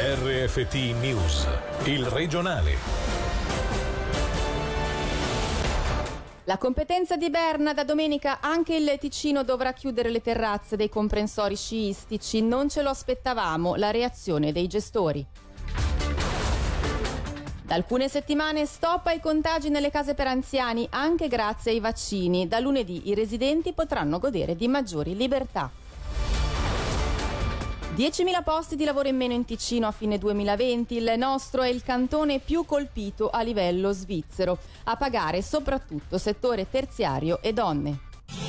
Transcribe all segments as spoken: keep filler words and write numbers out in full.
R F T News, il regionale. La competenza di Berna: da domenica anche il Ticino dovrà chiudere le terrazze dei comprensori sciistici. Non ce lo aspettavamo, la reazione dei gestori. Da alcune settimane stop ai contagi nelle case per anziani, anche grazie ai vaccini. Da lunedì i residenti potranno godere di maggiori libertà. diecimila posti di lavoro in meno in Ticino a fine duemilaventi. Il nostro è il cantone più colpito a livello svizzero. A pagare soprattutto settore terziario e donne.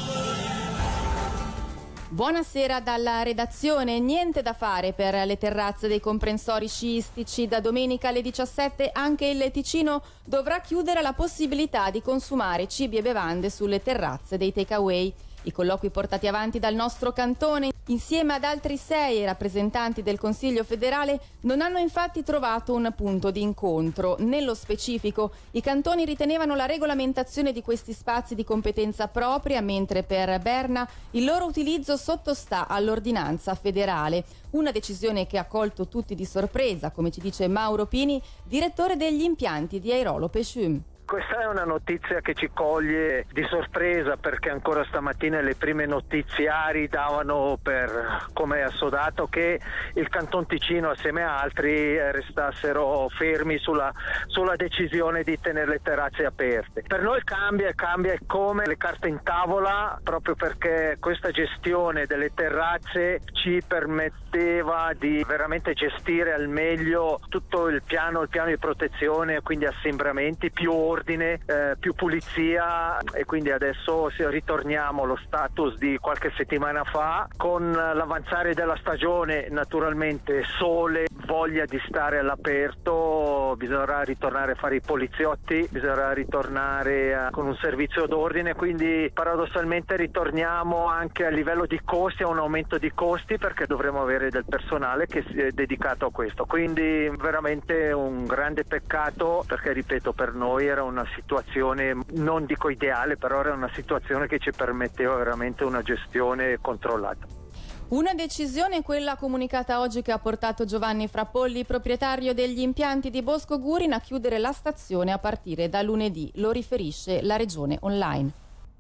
Buonasera dalla redazione. Niente da fare per le terrazze dei comprensori sciistici. Da domenica alle diciassette anche il Ticino dovrà chiudere la possibilità di consumare cibi e bevande sulle terrazze dei takeaway. I colloqui portati avanti dal nostro cantone, insieme ad altri sei rappresentanti del Consiglio federale, non hanno infatti trovato un punto di incontro. Nello specifico, i cantoni ritenevano la regolamentazione di questi spazi di competenza propria, mentre per Berna il loro utilizzo sottostà all'ordinanza federale. Una decisione che ha colto tutti di sorpresa, come ci dice Mauro Pini, direttore degli impianti di Airolo Pescium. Questa è una notizia che ci coglie di sorpresa, perché ancora stamattina le prime notiziari davano per come assodato che il Canton Ticino assieme a altri restassero fermi sulla, sulla decisione di tenere le terrazze aperte. Per noi cambia, cambia come le carte in tavola, proprio perché questa gestione delle terrazze ci permetteva di veramente gestire al meglio tutto il piano, il piano di protezione, quindi assembramenti, più ordine, eh, più pulizia, e quindi adesso ritorniamo allo status di qualche settimana fa, con l'avanzare della stagione, naturalmente sole, voglia di stare all'aperto. Bisognerà ritornare a fare i poliziotti, bisognerà ritornare a, con un servizio d'ordine, quindi paradossalmente ritorniamo anche a livello di costi, a un aumento di costi, perché dovremo avere del personale che si è dedicato a questo. Quindi veramente un grande peccato, perché ripeto, per noi era una situazione, non dico ideale, però era una situazione che ci permetteva veramente una gestione controllata. Una decisione, quella comunicata oggi, che ha portato Giovanni Frappolli, proprietario degli impianti di Bosco Gurin, a chiudere la stazione a partire da lunedì. Lo riferisce la Regione Online.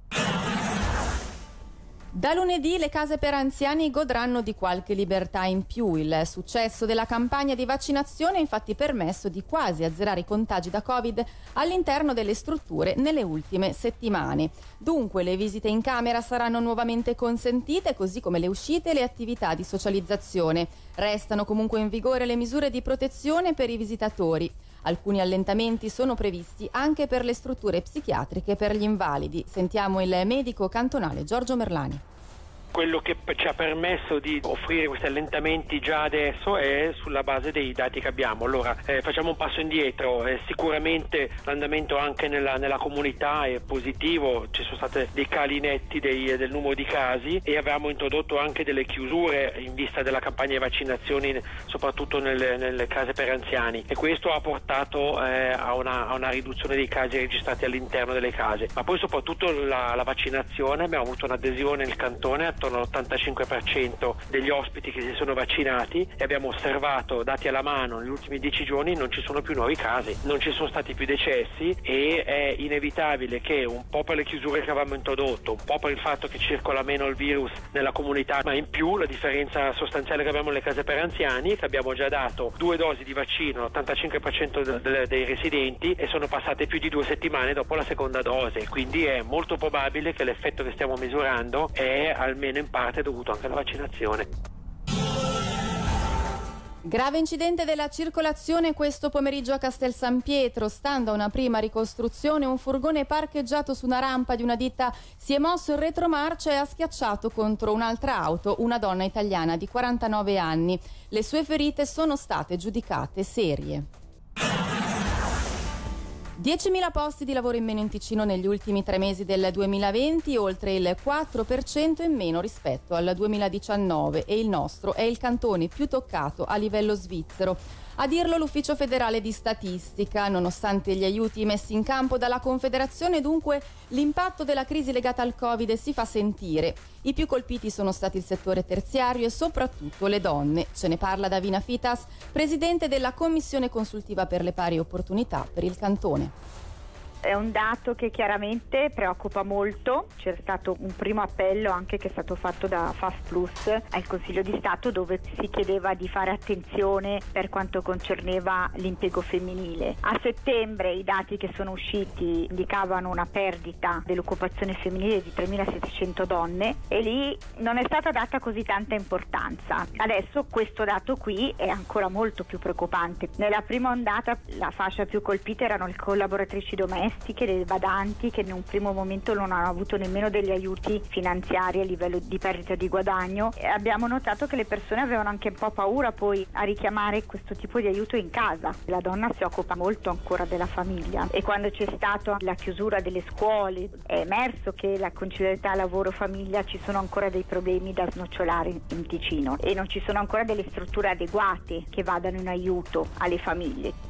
Da lunedì le case per anziani godranno di qualche libertà in più. Il successo della campagna di vaccinazione ha infatti permesso di quasi azzerare i contagi da Covid all'interno delle strutture nelle ultime settimane. Dunque le visite in camera saranno nuovamente consentite, così come le uscite e le attività di socializzazione. Restano comunque in vigore le misure di protezione per i visitatori. Alcuni allentamenti sono previsti anche per le strutture psichiatriche per gli invalidi. Sentiamo il medico cantonale Giorgio Merlani. Quello che ci ha permesso di offrire questi allentamenti già adesso è sulla base dei dati che abbiamo. Allora eh, facciamo un passo indietro. Eh, sicuramente l'andamento anche nella, nella comunità è positivo, ci sono stati dei cali netti dei, del numero di casi, e avevamo introdotto anche delle chiusure in vista della campagna di vaccinazioni, soprattutto nelle, nelle case per anziani, e questo ha portato eh, a, una, a una riduzione dei casi registrati all'interno delle case. Ma poi soprattutto la, la vaccinazione, abbiamo avuto un'adesione nel cantone attorno all'ottantacinque per cento degli ospiti che si sono vaccinati, e abbiamo osservato, dati alla mano, negli ultimi dieci giorni non ci sono più nuovi casi, non ci sono stati più decessi, e è inevitabile che, un po' per le chiusure che avevamo introdotto, un po' per il fatto che circola meno il virus nella comunità, ma in più la differenza sostanziale che abbiamo nelle case per anziani è che abbiamo già dato due dosi di vaccino all'ottantacinque per cento de- de- dei residenti, e sono passate più di due settimane dopo la seconda dose, quindi è molto probabile che l'effetto che stiamo misurando è almeno in parte dovuto anche alla vaccinazione. Grave incidente della circolazione questo pomeriggio a Castel San Pietro. Stando a una prima ricostruzione, un furgone parcheggiato su una rampa di una ditta si è mosso in retromarcia e ha schiacciato contro un'altra auto una donna italiana di quarantanove anni. Le sue ferite sono state giudicate serie. diecimila posti di lavoro in meno in Ticino negli ultimi tre mesi del duemilaventi, oltre il quattro per cento in meno rispetto al duemiladiciannove, e il nostro è il cantone più toccato a livello svizzero. A dirlo l'Ufficio federale di statistica. Nonostante gli aiuti messi in campo dalla Confederazione, dunque, l'impatto della crisi legata al Covid si fa sentire. I più colpiti sono stati il settore terziario e soprattutto le donne. Ce ne parla Davina Fitas, presidente della Commissione consultiva per le pari opportunità per il Cantone. È un dato che chiaramente preoccupa molto. C'è stato un primo appello anche che è stato fatto da F A F Plus al Consiglio di Stato, dove si chiedeva di fare attenzione per quanto concerneva l'impiego femminile. A settembre i dati che sono usciti indicavano una perdita dell'occupazione femminile di tremilasettecento donne e lì non è stata data così tanta importanza. Adesso questo dato qui è ancora molto più preoccupante. Nella prima ondata la fascia più colpita erano le collaboratrici domestiche, le badanti, che in un primo momento non hanno avuto nemmeno degli aiuti finanziari a livello di perdita di guadagno, e abbiamo notato che le persone avevano anche un po' paura poi a richiamare questo tipo di aiuto in casa. La donna si occupa molto ancora della famiglia e quando c'è stata la chiusura delle scuole è emerso che la conciliarità lavoro-famiglia ci sono ancora dei problemi da snocciolare in Ticino e non ci sono ancora delle strutture adeguate che vadano in aiuto alle famiglie.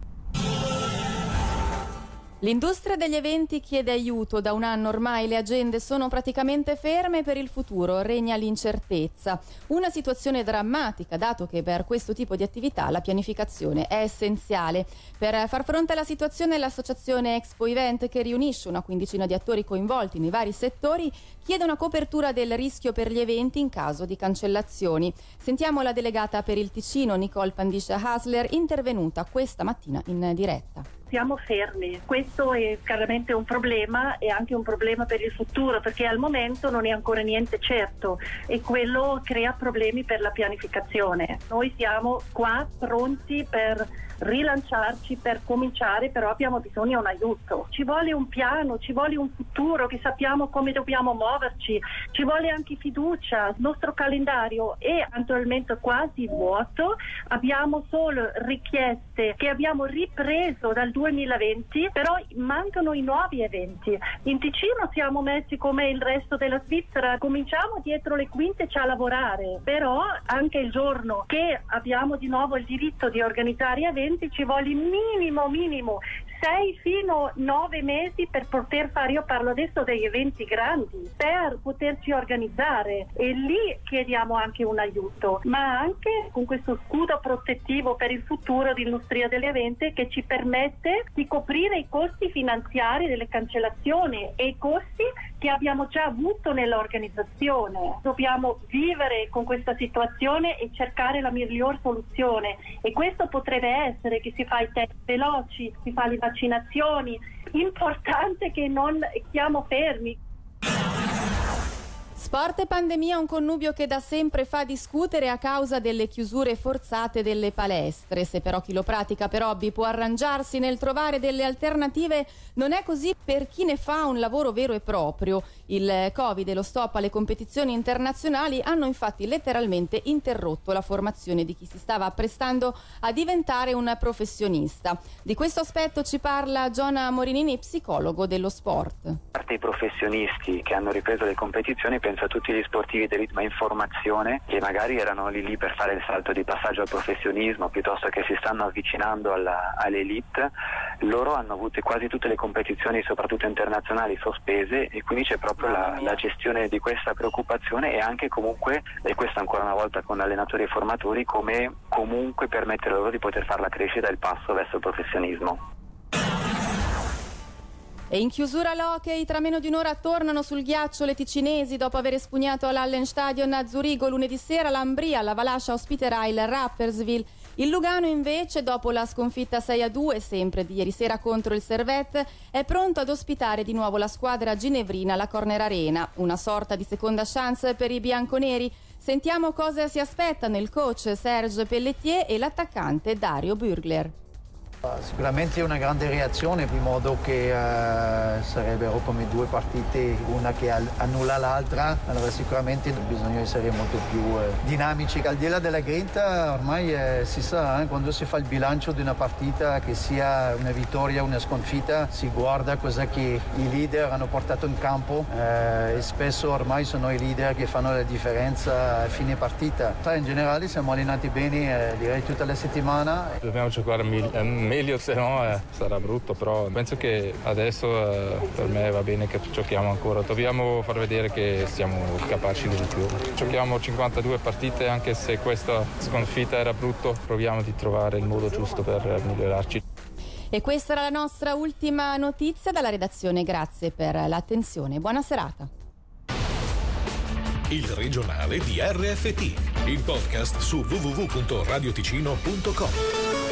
L'industria degli eventi chiede aiuto. Da un anno ormai le agende sono praticamente ferme, per il futuro regna l'incertezza. Una situazione drammatica, dato che per questo tipo di attività la pianificazione è essenziale. Per far fronte alla situazione, l'associazione Expo Event, che riunisce una quindicina di attori coinvolti nei vari settori, chiede una copertura del rischio per gli eventi in caso di cancellazioni. Sentiamo la delegata per il Ticino, Nicole Pandiscia-Hasler, intervenuta questa mattina in diretta. Siamo fermi, questo è chiaramente un problema e anche un problema per il futuro, perché al momento non è ancora niente certo e quello crea problemi per la pianificazione. Noi siamo qua pronti per rilanciarci, per cominciare, però abbiamo bisogno di un aiuto. Ci vuole un piano, ci vuole un futuro, che sappiamo come dobbiamo muoverci, ci vuole anche fiducia. Il nostro calendario è attualmente quasi vuoto, abbiamo solo richieste che abbiamo ripreso dal duemilaventi, però mancano i nuovi eventi. In Ticino siamo messi come il resto della Svizzera, cominciamo dietro le quinte a lavorare, però anche il giorno che abbiamo di nuovo il diritto di organizzare eventi ci vuole minimo minimo sei fino a nove mesi per poter fare, io parlo adesso degli eventi grandi, per poterci organizzare, e lì chiediamo anche un aiuto, ma anche con questo scudo protettivo per il futuro dell'industria degli eventi che ci permette di coprire i costi finanziari delle cancellazioni e i costi che abbiamo già avuto nell'organizzazione. Dobbiamo vivere con questa situazione e cercare la miglior soluzione, e questo potrebbe essere che si fa i test veloci, si fa le vaccinazioni, importante che non stiamo fermi. Sport e pandemia, un connubio che da sempre fa discutere a causa delle chiusure forzate delle palestre. Se però chi lo pratica per hobby può arrangiarsi nel trovare delle alternative, non è così per chi ne fa un lavoro vero e proprio. Il Covid e lo stop alle competizioni internazionali hanno infatti letteralmente interrotto la formazione di chi si stava apprestando a diventare un professionista. Di questo aspetto ci parla Giona Morinini, psicologo dello sport. A parte i professionisti che hanno ripreso le competizioni, penso a tutti gli sportivi di ritmo in formazione che magari erano lì lì per fare il salto di passaggio al professionismo, piuttosto che si stanno avvicinando alla, all'elite. Loro hanno avuto quasi tutte le competizioni, soprattutto internazionali, sospese, e quindi c'è proprio la, la gestione di questa preoccupazione, e anche comunque, e questo ancora una volta con allenatori e formatori, come comunque permettere loro di poter fare la crescita e il passo verso il professionismo. E in chiusura l'hockey, tra meno di un'ora tornano sul ghiaccio le ticinesi dopo aver espugnato all'Hallenstadion a Zurigo lunedì sera. L'Ambria, la Valascia ospiterà il Rapperswil. Il Lugano invece, dopo la sconfitta sei a due sempre di ieri sera contro il Servette, è pronto ad ospitare di nuovo la squadra ginevrina alla Corner Arena, una sorta di seconda chance per i bianconeri. Sentiamo cosa si aspettano il coach Serge Pelletier e l'attaccante Dario Bürgler. Sicuramente una grande reazione, di modo che uh, sarebbero come due partite, una che annulla l'altra. Allora sicuramente bisogna essere molto più uh, dinamici. Al di là della grinta, ormai eh, si sa, eh, quando si fa il bilancio di una partita, che sia una vittoria o una sconfitta, si guarda cosa che i leader hanno portato in campo, eh, e spesso ormai sono i leader che fanno la differenza a fine partita. In generale siamo allenati bene, eh, direi tutta la settimana. Dobbiamo giocare meglio meglio, se no eh, sarà brutto, però penso che adesso eh, per me va bene che giochiamo ancora. Dobbiamo far vedere che siamo capaci di più. Giochiamo cinquantadue partite, anche se questa sconfitta era brutto, proviamo di trovare il modo giusto per migliorarci. E questa era la nostra ultima notizia dalla redazione. Grazie per l'attenzione. Buona serata. Il regionale di R F T, il podcast su w w w punto radioticino punto com.